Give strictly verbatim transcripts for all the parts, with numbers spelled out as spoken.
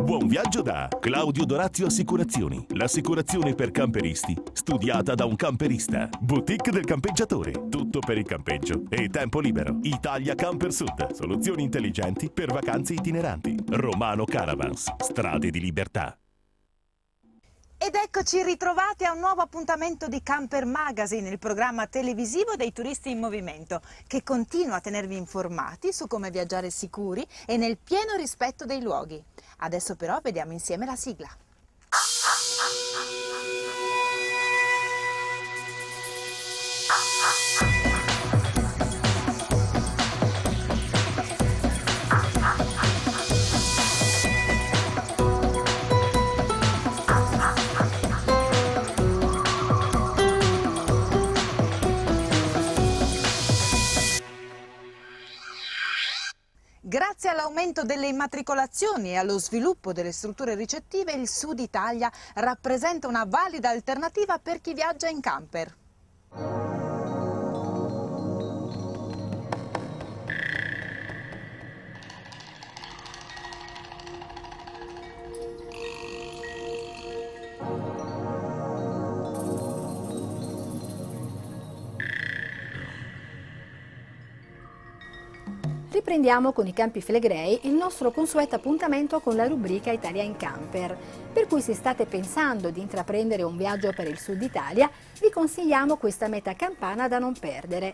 Buon viaggio da Claudio Dorazio Assicurazioni, l'assicurazione per camperisti, studiata da un camperista. Boutique del campeggiatore, tutto per il campeggio e tempo libero. Italia Camper Sud, soluzioni intelligenti per vacanze itineranti. Romano Caravans, strade di libertà. Ed eccoci ritrovati a un nuovo appuntamento di Camper Magazine, il programma televisivo dei turisti in movimento, che continua a tenervi informati su come viaggiare sicuri e nel pieno rispetto dei luoghi. Adesso però vediamo insieme la sigla. Grazie all'aumento delle immatricolazioni e allo sviluppo delle strutture ricettive, il Sud Italia rappresenta una valida alternativa per chi viaggia in camper. Riprendiamo con i Campi Flegrei il nostro consueto appuntamento con la rubrica Italia in Camper. Per cui se state pensando di intraprendere un viaggio per il Sud Italia, vi consigliamo questa meta campana da non perdere.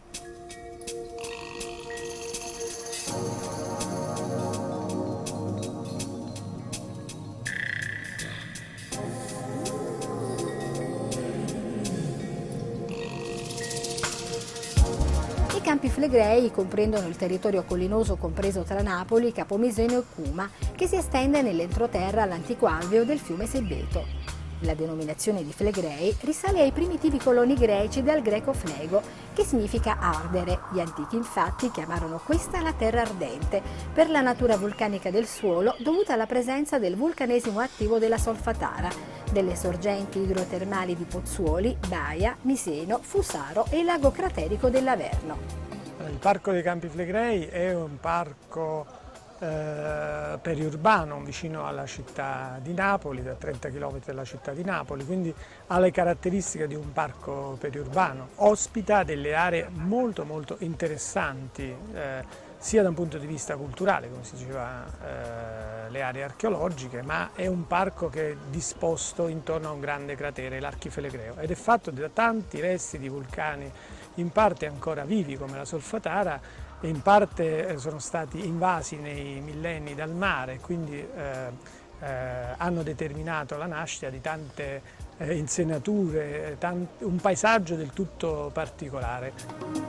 I Campi Flegrei comprendono il territorio collinoso compreso tra Napoli, Capomiseno e Cuma, che si estende nell'entroterra all'antico alveo del fiume Sebbeto. La denominazione di Flegrei risale ai primitivi coloni greci dal greco flego, che significa ardere. Gli antichi infatti chiamarono questa la terra ardente, per la natura vulcanica del suolo dovuta alla presenza del vulcanesimo attivo della Solfatara, delle sorgenti idrotermali di Pozzuoli, Baia, Miseno, Fusaro e il lago craterico dell'Averno. Il Parco dei Campi Flegrei è un parco eh, periurbano vicino alla città di Napoli, da trenta chilometri dalla città di Napoli, quindi ha le caratteristiche di un parco periurbano. Ospita delle aree molto molto interessanti, eh, sia da un punto di vista culturale, come si diceva, eh, le aree archeologiche, ma è un parco che è disposto intorno a un grande cratere, l'Archiflegreo, ed è fatto da tanti resti di vulcani, in parte ancora vivi come la Solfatara, e in parte sono stati invasi nei millenni dal mare, quindi eh, eh, hanno determinato la nascita di tante eh, insenature, tant- un paesaggio del tutto particolare.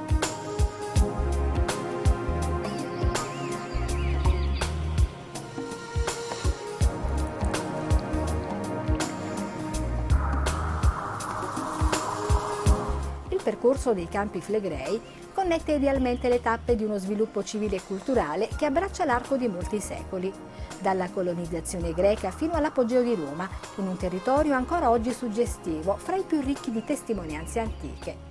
Il percorso dei Campi Flegrei connette idealmente le tappe di uno sviluppo civile e culturale che abbraccia l'arco di molti secoli, dalla colonizzazione greca fino all'apogeo di Roma, in un territorio ancora oggi suggestivo, fra i più ricchi di testimonianze antiche.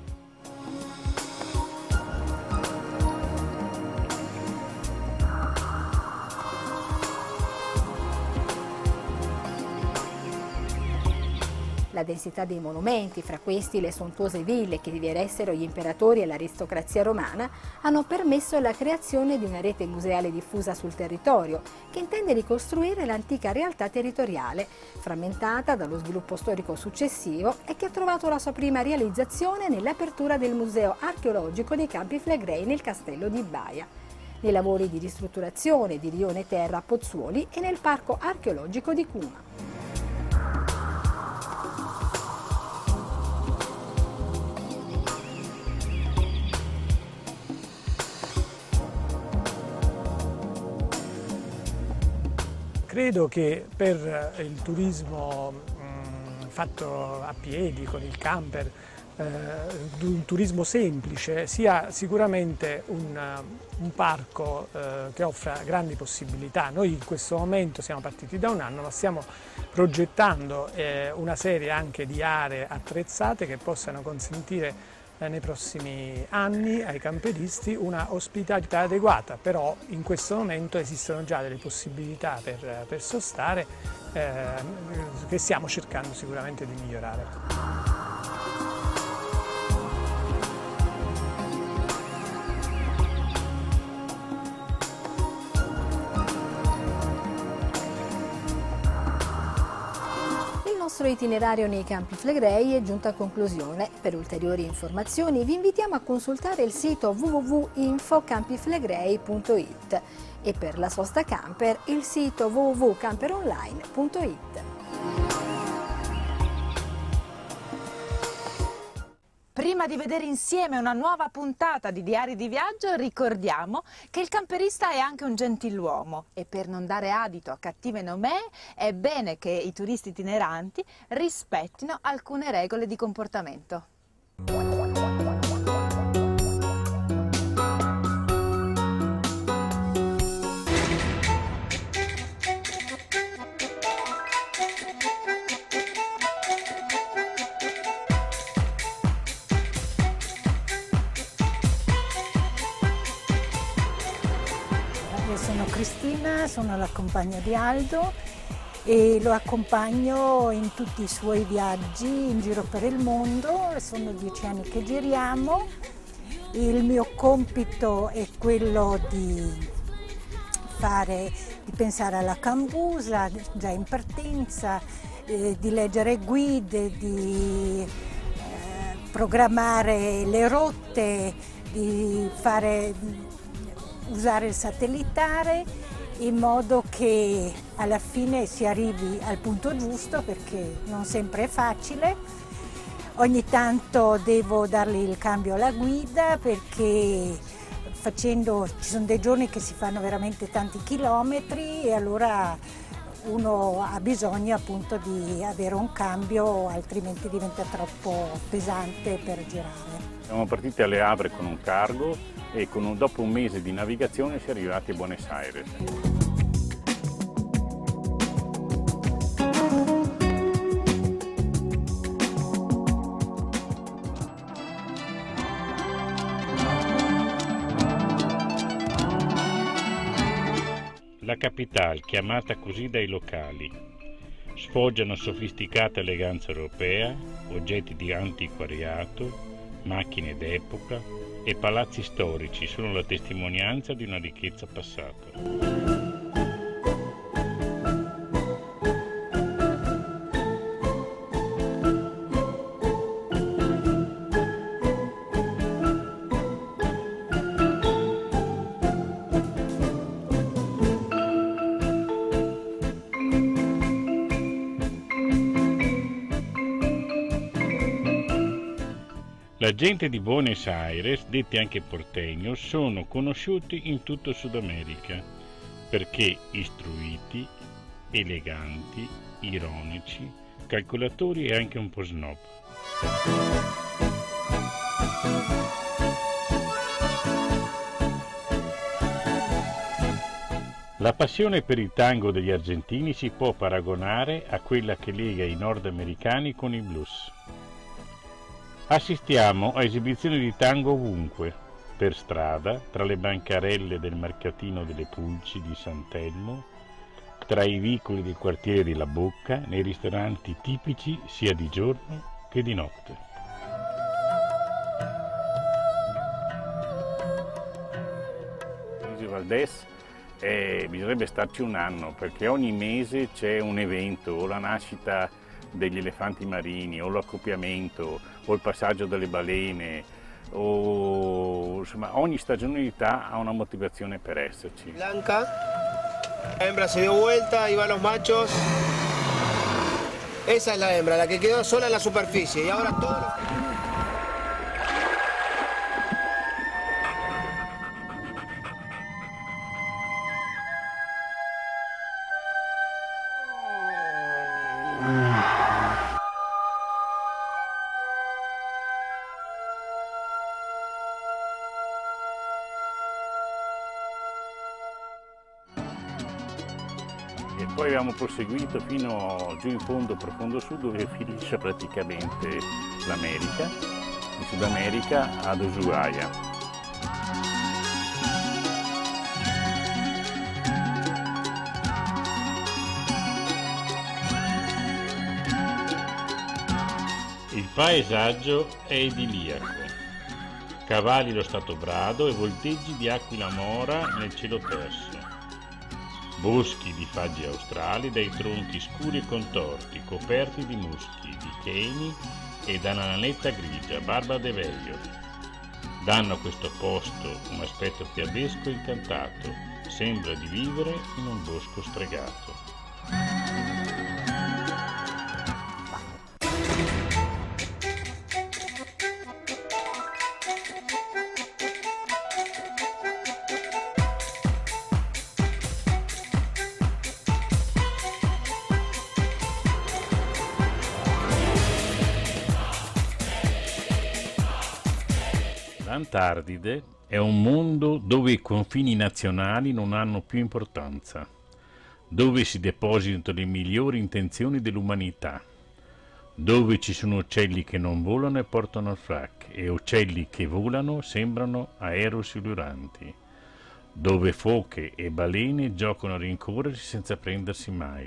La densità dei monumenti, fra questi le sontuose ville che vi eressero gli imperatori e l'aristocrazia romana, hanno permesso la creazione di una rete museale diffusa sul territorio, che intende ricostruire l'antica realtà territoriale, frammentata dallo sviluppo storico successivo e che ha trovato la sua prima realizzazione nell'apertura del Museo archeologico dei Campi Flegrei nel castello di Baia, nei lavori di ristrutturazione di Rione Terra a Pozzuoli e nel parco archeologico di Cuma. Credo che per il turismo mh, fatto a piedi, con il camper, eh, un turismo semplice, sia sicuramente un, un parco eh, che offra grandi possibilità. Noi in questo momento siamo partiti da un anno, ma stiamo progettando eh, una serie anche di aree attrezzate che possano consentire eh, nei prossimi anni ai camperisti una ospitalità adeguata, però in questo momento esistono già delle possibilità per, per sostare eh, che stiamo cercando sicuramente di migliorare. Il nostro itinerario nei Campi Flegrei è giunto a conclusione. Per ulteriori informazioni vi invitiamo a consultare il sito w w w punto info campiflegrei punto it e per la sosta camper il sito w w w punto camperonline punto it. Prima di vedere insieme una nuova puntata di Diari di Viaggio, ricordiamo che il camperista è anche un gentiluomo e per non dare adito a cattive nomee è bene che i turisti itineranti rispettino alcune regole di comportamento. Sono Cristina, sono la compagna di Aldo e lo accompagno in tutti i suoi viaggi in giro per il mondo. Sono dieci anni che giriamo. Il mio compito è quello di fare, di pensare alla cambusa già in partenza, eh, di leggere guide, di eh, programmare le rotte, di fare usare il satellitare in modo che alla fine si arrivi al punto giusto, perché non sempre è facile. Ogni tanto devo dargli il cambio alla guida, perché facendo, ci sono dei giorni che si fanno veramente tanti chilometri e allora uno ha bisogno appunto di avere un cambio, altrimenti diventa troppo pesante per girare. Siamo partiti alle Havre con un cargo e con un, dopo un mese di navigazione si è arrivati a Buenos Aires. La capitale, chiamata così dai locali, sfoggia una sofisticata eleganza europea, oggetti di antiquariato, macchine d'epoca e palazzi storici sono la testimonianza di una ricchezza passata. La gente di Buenos Aires, detti anche porteños, sono conosciuti in tutto Sud America perché istruiti, eleganti, ironici, calcolatori e anche un po' snob. La passione per il tango degli argentini si può paragonare a quella che lega i nordamericani con il blues. Assistiamo a esibizioni di tango ovunque, per strada, tra le bancarelle del mercatino delle Pulci di San Telmo, tra i vicoli del quartiere di La Bocca, nei ristoranti tipici sia di giorno che di notte. Luigi Valdés, eh, bisognerebbe starci un anno, perché ogni mese c'è un evento, o la nascita degli elefanti marini, o l'accoppiamento, o il passaggio delle balene, o insomma ogni stagionalità ha una motivazione per esserci. Blanca, la hembra se dio vuelta, iban los machos. Esa es la hembra, la que quedó sola en la superficie, y ahora todos los... E poi abbiamo proseguito fino giù in fondo, profondo sud, dove finisce praticamente l'America, Sud America ad Ushuaia. Il paesaggio è idilliaco, cavalli lo stato brado e volteggi di aquila mora nel cielo terso, boschi di faggi australi dai tronchi scuri e contorti, coperti di muschi, di cheni e da nanetta grigia, barba de veglio. Danno a questo posto un aspetto fiabesco e incantato, sembra di vivere in un bosco stregato. L'Antartide è un mondo dove i confini nazionali non hanno più importanza, dove si depositano le migliori intenzioni dell'umanità, dove ci sono uccelli che non volano e portano al frac e uccelli che volano sembrano aerosiluranti, dove foche e balene giocano a rincorrersi senza prendersi mai.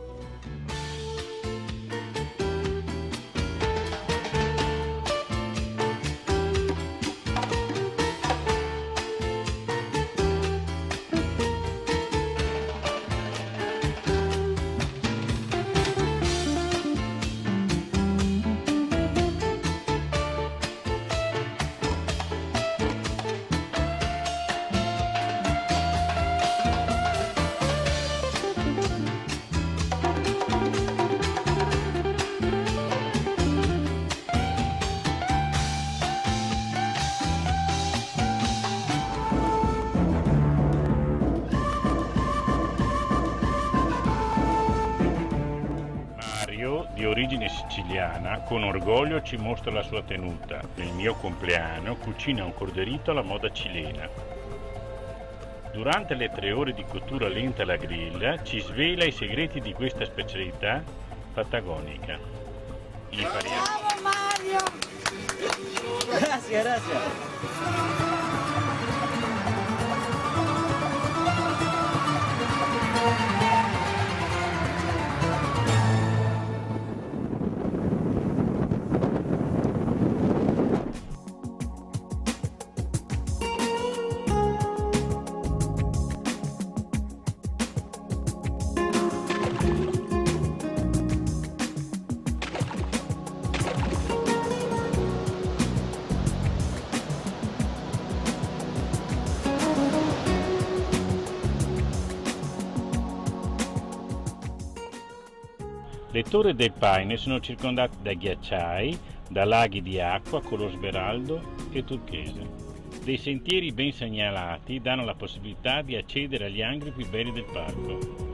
Di origine siciliana, con orgoglio ci mostra la sua tenuta. Nel mio compleanno cucina un corderito alla moda cilena. Durante le tre ore di cottura lenta alla griglia ci svela i segreti di questa specialità patagonica. Impariamo. Bravo Mario! Grazie, grazie. Le torri del Paine sono circondate da ghiacciai, da laghi di acqua color smeraldo e turchese. Dei sentieri ben segnalati danno la possibilità di accedere agli angoli più belli del parco.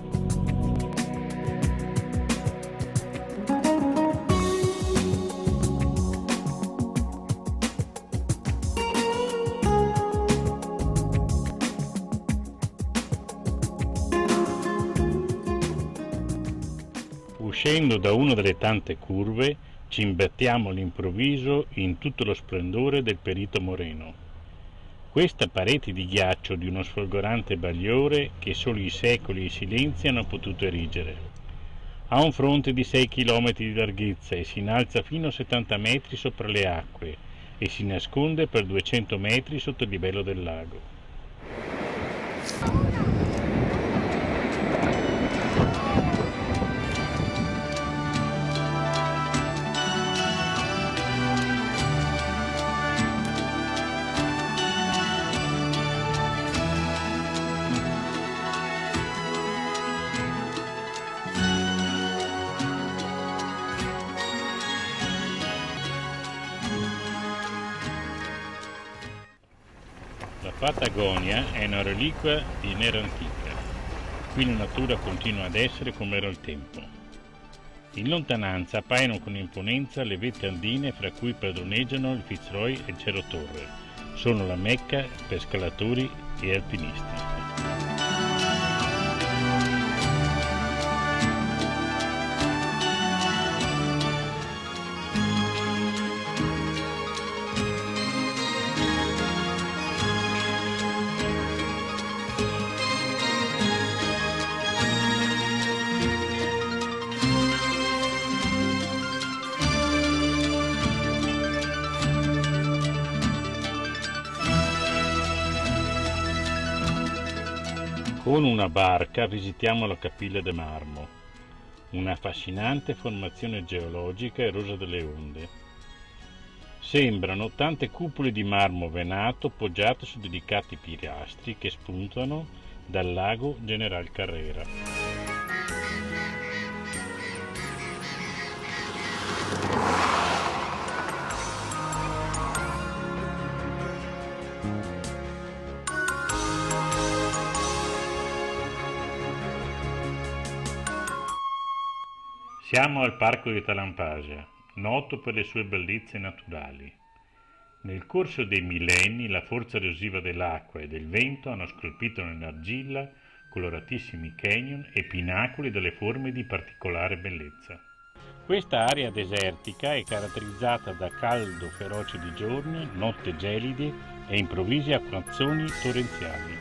Uscendo da una delle tante curve, ci imbattiamo all'improvviso in tutto lo splendore del Perito Moreno. Questa parete di ghiaccio di uno sfolgorante bagliore che solo i secoli e i silenzi hanno potuto erigere. Ha un fronte di sei chilometri di larghezza e si innalza fino a settanta metri sopra le acque e si nasconde per duecento metri sotto il livello del lago. La Patagonia è una reliquia di un'era antica. Qui la natura continua ad essere come era il tempo. In lontananza appaiono con imponenza le vette andine fra cui padroneggiano il Fitzroy e il Cerro Torre. Sono la mecca per scalatori e alpinisti. Con una barca visitiamo la Capilla de Marmo, una affascinante formazione geologica erosa dalle onde. Sembrano tante cupole di marmo venato poggiate su delicati pilastri che spuntano dal lago General Carrera. Siamo al Parco di Talampasea, noto per le sue bellezze naturali. Nel corso dei millenni la forza erosiva dell'acqua e del vento hanno scolpito nell'argilla coloratissimi canyon e pinacoli dalle forme di particolare bellezza. Questa area desertica è caratterizzata da caldo feroce di giorno, notte gelide e improvvisi acquazzoni torrenziali.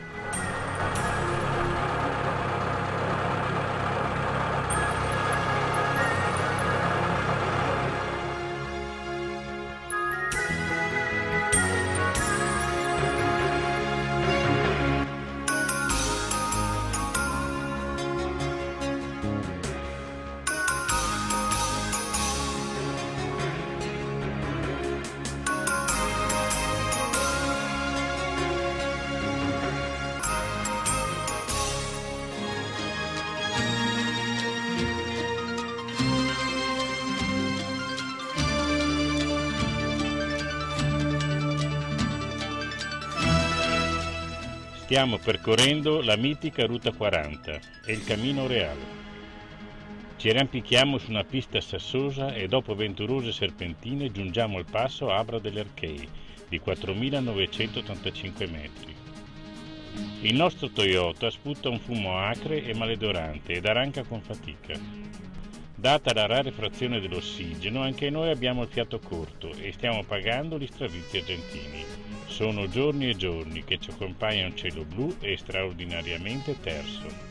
Stiamo percorrendo la mitica Ruta quaranta e il Camino Real. Ci arrampichiamo su una pista sassosa e dopo avventurose serpentine giungiamo al passo Abra delle Archei di quattromilanovecentottantacinque metri. Il nostro Toyota sputa un fumo acre e maleodorante ed arranca con fatica. Data la rarefazione dell'ossigeno, anche noi abbiamo il fiato corto e stiamo pagando gli stravizi argentini. Sono giorni e giorni che ci accompagna un cielo blu e straordinariamente terso.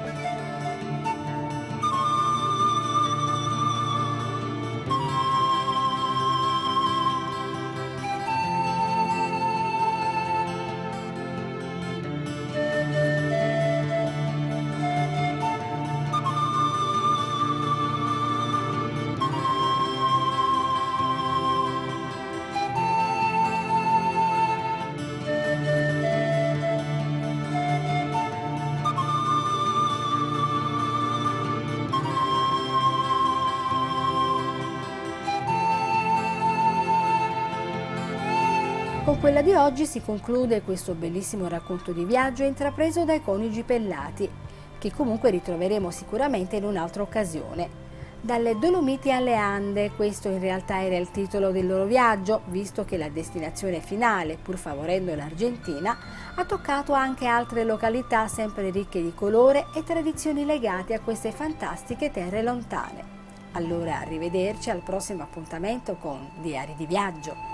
Con quella di oggi si conclude questo bellissimo racconto di viaggio intrapreso dai coniugi Pellati, che comunque ritroveremo sicuramente in un'altra occasione. Dalle Dolomiti alle Ande, questo in realtà era il titolo del loro viaggio, visto che la destinazione finale, pur favorendo l'Argentina, ha toccato anche altre località sempre ricche di colore e tradizioni legate a queste fantastiche terre lontane. Allora arrivederci al prossimo appuntamento con Diari di Viaggio.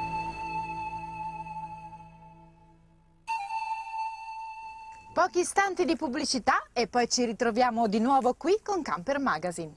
Pochi istanti di pubblicità e poi ci ritroviamo di nuovo qui con Camper Magazine.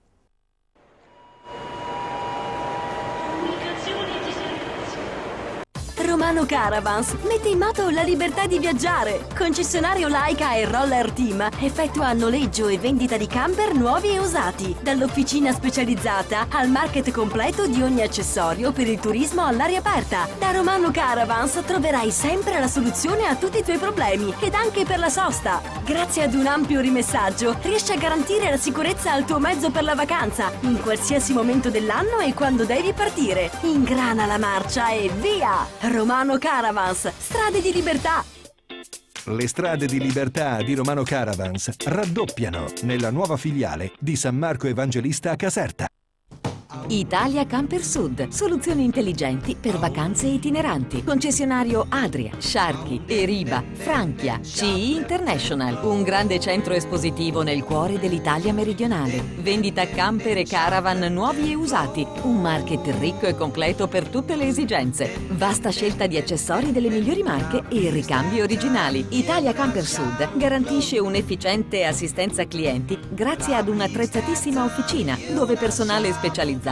Romano Caravans mette in moto la libertà di viaggiare. Concessionario Laika e Roller Team effettua noleggio e vendita di camper nuovi e usati. Dall'officina specializzata al market completo di ogni accessorio per il turismo all'aria aperta. Da Romano Caravans troverai sempre la soluzione a tutti i tuoi problemi ed anche per la sosta. Grazie ad un ampio rimessaggio riesci a garantire la sicurezza al tuo mezzo per la vacanza in qualsiasi momento dell'anno e quando devi partire. Ingrana la marcia e via! Romano Caravans, strade di libertà. Le strade di libertà di Romano Caravans raddoppiano nella nuova filiale di San Marco Evangelista a Caserta. Italia Camper Sud, soluzioni intelligenti per vacanze itineranti. Concessionario Adria, Sharky, Eriba, Franchia, C I International. Un grande centro espositivo nel cuore dell'Italia meridionale. Vendita camper e caravan nuovi e usati. Un market ricco e completo per tutte le esigenze. Vasta scelta di accessori delle migliori marche e ricambi originali. Italia Camper Sud garantisce un'efficiente assistenza clienti grazie ad un'attrezzatissima officina dove personale specializzato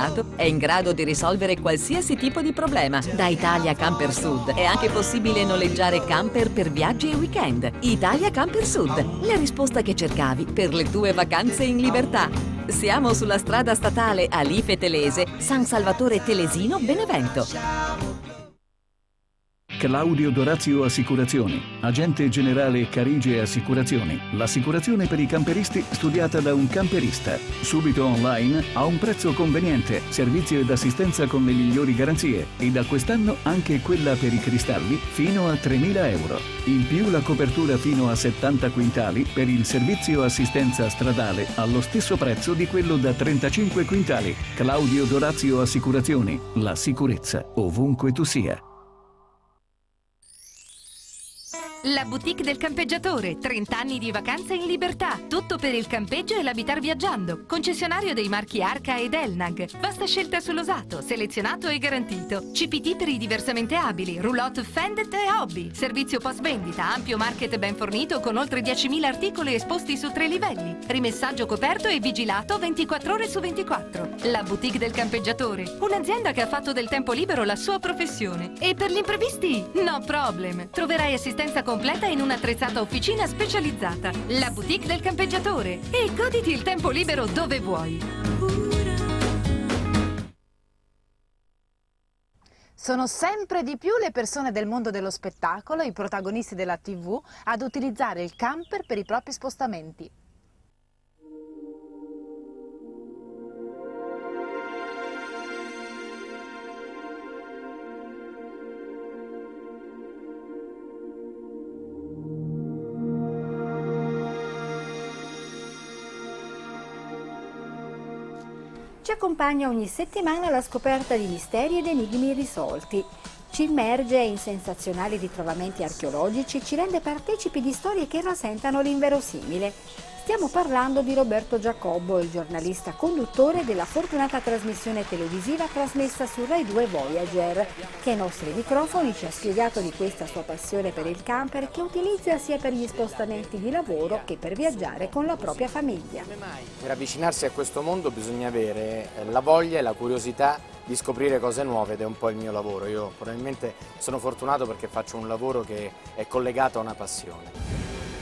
specializzato è in grado di risolvere qualsiasi tipo di problema. Da Italia Camper Sud è anche possibile noleggiare camper per viaggi e weekend. Italia Camper Sud, la risposta che cercavi per le tue vacanze in libertà. Siamo sulla strada statale Alife Telese, San Salvatore Telesino, Benevento. Claudio Dorazio Assicurazioni, agente generale Carige Assicurazioni. L'assicurazione per i camperisti studiata da un camperista. Subito online, a un prezzo conveniente, servizio ed assistenza con le migliori garanzie e da quest'anno anche quella per i cristalli fino a tremila euro. In più la copertura fino a settanta quintali per il servizio assistenza stradale allo stesso prezzo di quello da trentacinque quintali. Claudio Dorazio Assicurazioni, la sicurezza ovunque tu sia. La boutique del campeggiatore, trenta anni di vacanze in libertà, tutto per il campeggio e l'abitar viaggiando. Concessionario dei marchi Arca ed Elnag. Vasta scelta sull'usato, selezionato e garantito. C P T per i diversamente abili, roulotte Fendet e Hobby. Servizio post vendita, ampio market ben fornito con oltre diecimila articoli esposti su tre livelli. Rimessaggio coperto e vigilato ventiquattro ore su ventiquattro. La boutique del campeggiatore, un'azienda che ha fatto del tempo libero la sua professione. E per gli imprevisti, no problem. Troverai assistenza completa in un'attrezzata officina specializzata. La boutique del campeggiatore. E goditi il tempo libero dove vuoi. Sono sempre di più le persone del mondo dello spettacolo, i protagonisti della tivù, ad utilizzare il camper per i propri spostamenti. Ci accompagna ogni settimana alla scoperta di misteri ed enigmi irrisolti. Ci immerge in sensazionali ritrovamenti archeologici, ci rende partecipi di storie che rasentano l'inverosimile. Stiamo parlando di Roberto Giacobbo, il giornalista conduttore della fortunata trasmissione televisiva trasmessa su Rai due Voyager, che ai nostri microfoni ci ha spiegato di questa sua passione per il camper che utilizza sia per gli spostamenti di lavoro che per viaggiare con la propria famiglia. Per avvicinarsi a questo mondo bisogna avere la voglia e la curiosità di scoprire cose nuove ed è un po' il mio lavoro. Io probabilmente sono fortunato perché faccio un lavoro che è collegato a una passione.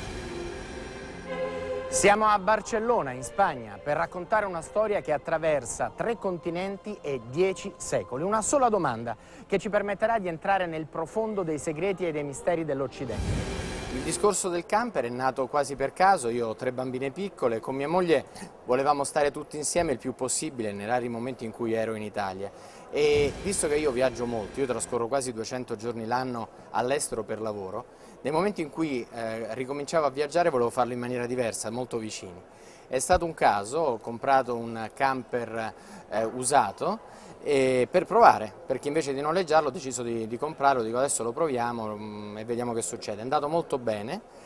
Siamo a Barcellona, in Spagna, per raccontare una storia che attraversa tre continenti e dieci secoli. Una sola domanda che ci permetterà di entrare nel profondo dei segreti e dei misteri dell'Occidente. Il discorso del camper è nato quasi per caso. Io ho tre bambine piccole, con mia moglie volevamo stare tutti insieme il più possibile nei rari momenti in cui ero in Italia. E visto che io viaggio molto, io trascorro quasi duecento giorni l'anno all'estero per lavoro, nei momenti in cui eh, ricominciavo a viaggiare volevo farlo in maniera diversa, molto vicini. È stato un caso, ho comprato un camper eh, usato e per provare, perché invece di noleggiarlo ho deciso di, di comprarlo, dico adesso lo proviamo mh, e vediamo che succede. È andato molto bene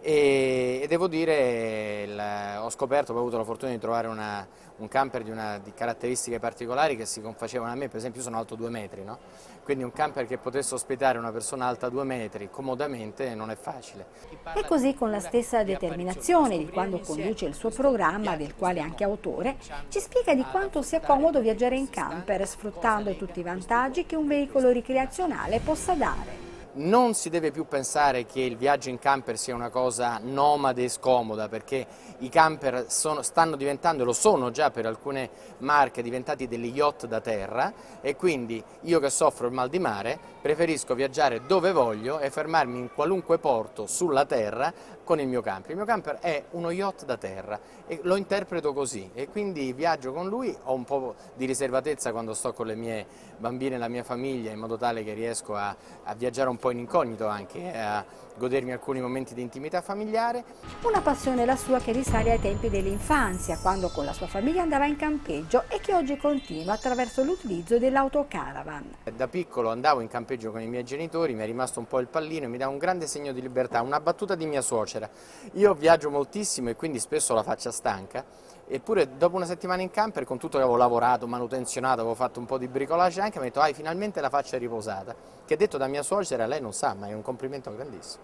e, e devo dire, il, ho scoperto, ho avuto la fortuna di trovare una, un camper di, una, di caratteristiche particolari che si confacevano a me. Per esempio io sono alto due metri, no? Quindi un camper che potesse ospitare una persona alta due metri comodamente non è facile. E così con la stessa determinazione di quando conduce il suo programma, del quale è anche autore, ci spiega di quanto sia comodo viaggiare in camper, sfruttando tutti i vantaggi che un veicolo ricreazionale possa dare. Non si deve più pensare che il viaggio in camper sia una cosa nomade e scomoda, perché i camper sono, stanno diventando, e lo sono già per alcune marche, diventati degli yacht da terra, e quindi io che soffro il mal di mare preferisco viaggiare dove voglio e fermarmi in qualunque porto sulla terra con il mio camper. Il mio camper è uno yacht da terra e lo interpreto così, e quindi viaggio con lui. Ho un po' di riservatezza quando sto con le mie bambine e la mia famiglia, in modo tale che riesco a, a viaggiare un po' in incognito anche, a godermi alcuni momenti di intimità familiare. Una passione la sua che risale ai tempi dell'infanzia, quando con la sua famiglia andava in campeggio, e che oggi continua attraverso l'utilizzo dell'autocaravan. Da piccolo andavo in campeggio con i miei genitori, mi è rimasto un po' il pallino e mi dà un grande segno di libertà, una battuta di mia suocera. Io viaggio moltissimo e quindi spesso ho la faccia stanca, eppure dopo una settimana in camper, con tutto che avevo lavorato, manutenzionato, avevo fatto un po' di bricolage anche, mi ha detto: hai finalmente la faccia riposata, che detto da mia suocera lei non sa, ma è un complimento grandissimo.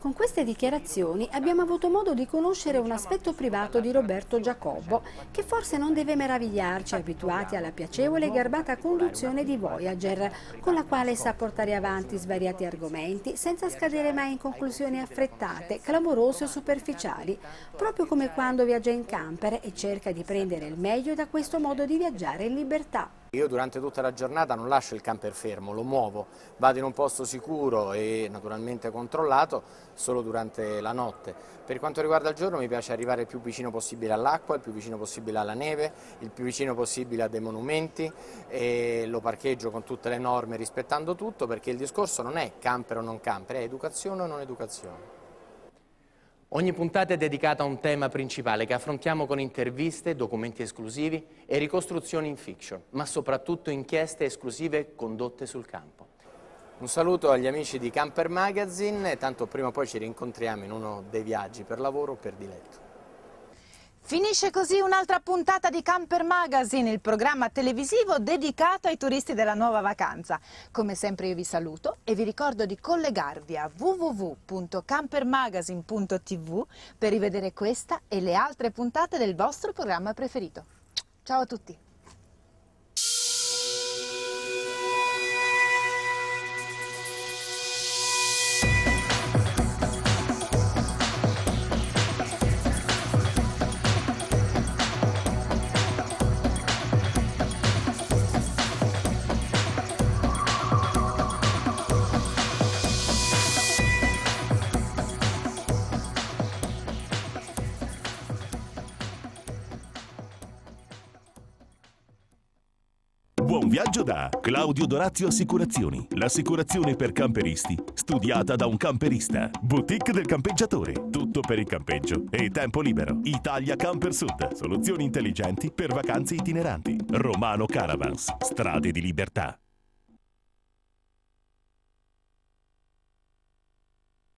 Con queste dichiarazioni abbiamo avuto modo di conoscere un aspetto privato di Roberto Giacobbo, che forse non deve meravigliarci abituati alla piacevole e garbata conduzione di Voyager, con la quale sa portare avanti svariati argomenti senza scadere mai in conclusioni affrettate, clamorose o superficiali, proprio come quando viaggia in camper e cerca di prendere il meglio da questo modo di viaggiare in libertà. Io durante tutta la giornata non lascio il camper fermo, lo muovo, vado in un posto sicuro e naturalmente controllato solo durante la notte. Per quanto riguarda il giorno mi piace arrivare il più vicino possibile all'acqua, il più vicino possibile alla neve, il più vicino possibile a dei monumenti e lo parcheggio con tutte le norme rispettando tutto, perché il discorso non è camper o non camper, è educazione o non educazione. Ogni puntata è dedicata a un tema principale che affrontiamo con interviste, documenti esclusivi e ricostruzioni in fiction, ma soprattutto inchieste esclusive condotte sul campo. Un saluto agli amici di Camper Magazine, tanto prima o poi ci rincontriamo in uno dei viaggi per lavoro o per diletto. Finisce così un'altra puntata di Camper Magazine, il programma televisivo dedicato ai turisti della nuova vacanza. Come sempre io vi saluto e vi ricordo di collegarvi a w w w punto campermagazine punto t v per rivedere questa e le altre puntate del vostro programma preferito. Ciao a tutti! Buon viaggio da Claudio Dorazio Assicurazioni, l'assicurazione per camperisti, studiata da un camperista. Boutique del campeggiatore, tutto per il campeggio e tempo libero. Italia Camper Sud, soluzioni intelligenti per vacanze itineranti. Romano Caravans, strade di libertà.